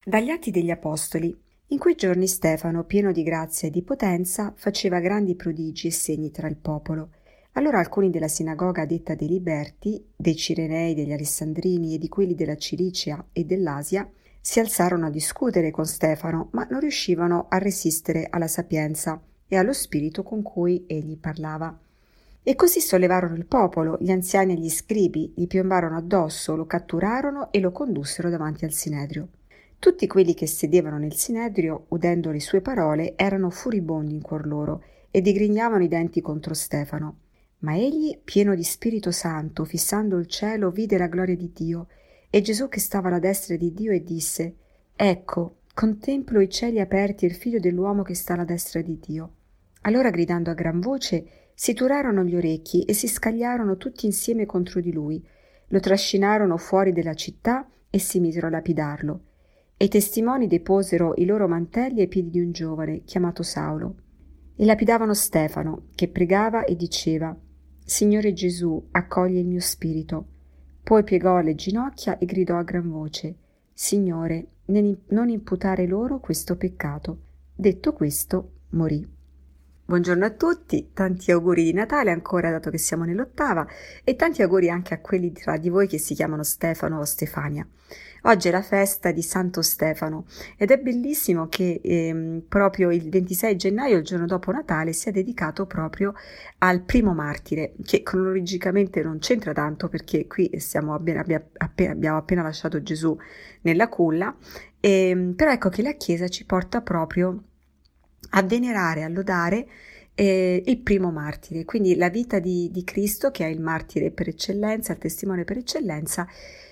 Dagli Atti degli Apostoli. In quei giorni Stefano, pieno di grazia e di potenza, faceva grandi prodigi e segni tra il popolo. Allora alcuni della sinagoga detta dei Liberti, dei Cirenei, degli Alessandrini e di quelli della Cilicia e dell'Asia, si alzarono a discutere con Stefano, ma non riuscivano a resistere alla sapienza e allo spirito con cui egli parlava. E così sollevarono il popolo, gli anziani e gli scribi, gli piombarono addosso, lo catturarono e lo condussero davanti al Sinedrio. Tutti quelli che sedevano nel Sinedrio, udendo le sue parole, erano furibondi in cuor loro e digrignavano i denti contro Stefano. Ma egli, pieno di Spirito Santo, fissando il cielo, vide la gloria di Dio e Gesù che stava alla destra di Dio e disse: «Ecco, contemplo i cieli aperti e il Figlio dell'uomo che sta alla destra di Dio». Allora, gridando a gran voce, si turarono gli orecchi e si scagliarono tutti insieme contro di lui. Lo trascinarono fuori della città e si misero a lapidarlo. E i testimoni deposero i loro mantelli ai piedi di un giovane chiamato Saulo e lapidavano Stefano, che pregava e diceva: «Signore Gesù, accogli il mio spirito». Poi piegò le ginocchia e gridò a gran voce: «Signore, non imputare loro questo peccato». Detto questo, morì. Buongiorno a tutti, tanti auguri di Natale ancora, dato che siamo nell'8ª, e tanti auguri anche a quelli tra di voi che si chiamano Stefano o Stefania. Oggi è la festa di Santo Stefano ed è bellissimo che proprio il 26 gennaio, il giorno dopo Natale, sia dedicato proprio al primo martire, che cronologicamente non c'entra tanto perché qui abbiamo appena lasciato Gesù nella culla, però ecco che la Chiesa ci porta proprio a venerare, a lodare il primo martire, quindi la vita di Cristo, che è il martire per eccellenza, il testimone per eccellenza,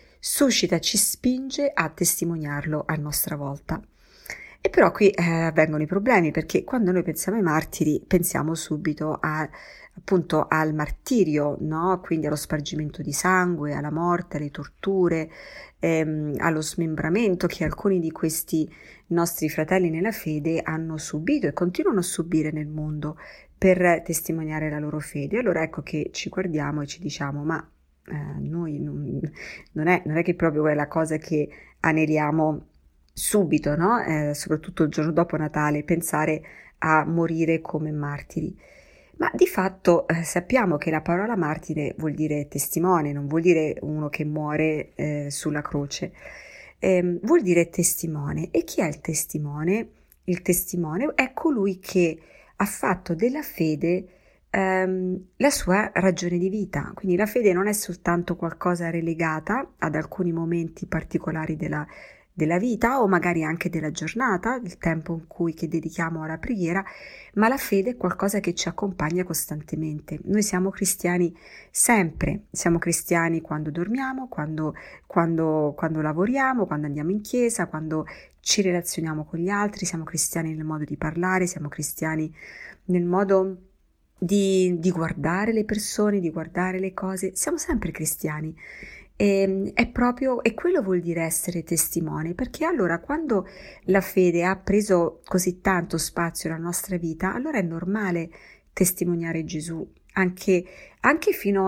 ci spinge a testimoniarlo a nostra volta. E però qui avvengono i problemi, perché quando noi pensiamo ai martiri pensiamo subito appunto al martirio, no? Quindi allo spargimento di sangue, alla morte, alle torture, allo smembramento che alcuni di questi nostri fratelli nella fede hanno subito e continuano a subire nel mondo per testimoniare la loro fede. Allora ecco che ci guardiamo e ci diciamo: ma noi non è che proprio è la cosa che aneliamo subito, no? Soprattutto il giorno dopo Natale, pensare a morire come martiri. Ma di fatto sappiamo che la parola martire vuol dire testimone, non vuol dire uno che muore sulla croce, vuol dire testimone. E chi è il testimone? Il testimone è colui che ha fatto della fede la sua ragione di vita. Quindi la fede non è soltanto qualcosa relegata ad alcuni momenti particolari della vita o magari anche della giornata, il tempo che dedichiamo alla preghiera, ma la fede è qualcosa che ci accompagna costantemente. Noi siamo cristiani sempre, siamo cristiani quando dormiamo, quando lavoriamo, quando andiamo in chiesa, quando ci relazioniamo con gli altri, siamo cristiani nel modo di parlare, siamo cristiani nel modo di guardare le persone, di guardare le cose, siamo sempre cristiani. E quello vuol dire essere testimone, perché allora quando la fede ha preso così tanto spazio nella nostra vita, allora è normale testimoniare Gesù, anche fino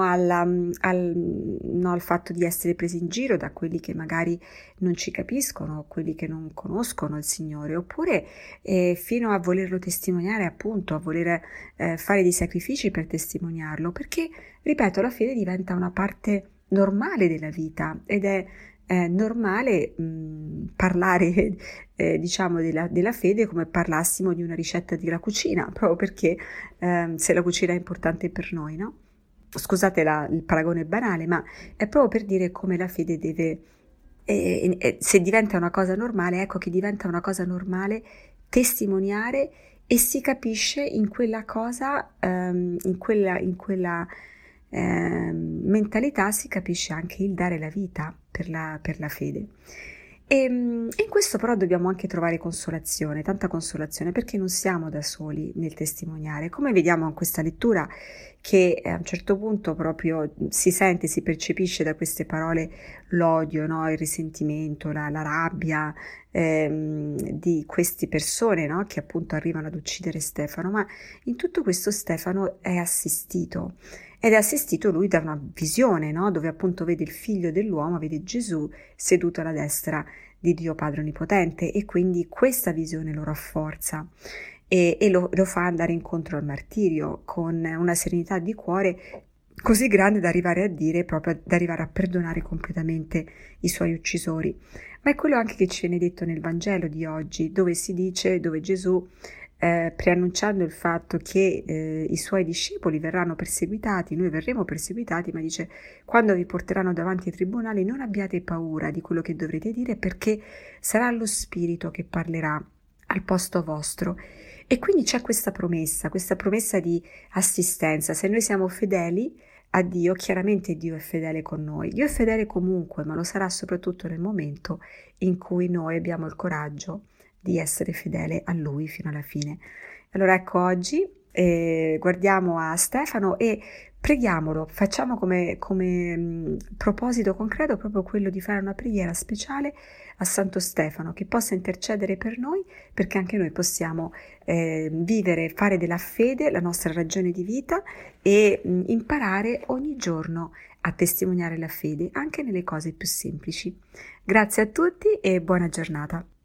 al fatto di essere presi in giro da quelli che magari non ci capiscono, quelli che non conoscono il Signore, oppure fino a volerlo testimoniare, appunto, a voler fare dei sacrifici per testimoniarlo, perché, ripeto, la fede diventa una parte normale della vita ed è normale parlare diciamo della fede come parlassimo di una ricetta della cucina, proprio perché se la cucina è importante per noi, no? Scusate il paragone banale, ma è proprio per dire come la fede deve, se diventa una cosa normale, ecco che diventa una cosa normale testimoniare, e si capisce in quella cosa, in quella mentalità si capisce anche il dare la vita per la fede. E in questo però dobbiamo anche trovare consolazione, tanta consolazione, perché non siamo da soli nel testimoniare, come vediamo in questa lettura, che a un certo punto proprio si percepisce da queste parole l'odio, no? Il risentimento, la rabbia di queste persone, no? Che appunto arrivano ad uccidere Stefano, ma in tutto questo Stefano è assistito. ed è assistito lui da una visione, no? Dove appunto vede il figlio dell'uomo, vede Gesù seduto alla destra di Dio Padre Onnipotente, e quindi questa visione lo rafforza e lo fa andare incontro al martirio con una serenità di cuore così grande da arrivare a dire, proprio da arrivare a perdonare completamente i suoi uccisori. Ma è quello anche che ci viene detto nel Vangelo di oggi, dove si dice, dove Gesù, preannunciando il fatto che i suoi discepoli verranno perseguitati, noi verremo perseguitati, ma dice: quando vi porteranno davanti ai tribunali non abbiate paura di quello che dovrete dire, perché sarà lo Spirito che parlerà al posto vostro. E quindi c'è questa promessa di assistenza. Se noi siamo fedeli a Dio, chiaramente Dio è fedele con noi. Dio è fedele comunque, ma lo sarà soprattutto nel momento in cui noi abbiamo il coraggio di essere fedele a Lui fino alla fine. Allora ecco, oggi guardiamo a Stefano e preghiamolo, facciamo come proposito concreto proprio quello di fare una preghiera speciale a Santo Stefano, che possa intercedere per noi, perché anche noi possiamo vivere, fare della fede la nostra ragione di vita e imparare ogni giorno a testimoniare la fede anche nelle cose più semplici. Grazie a tutti e buona giornata.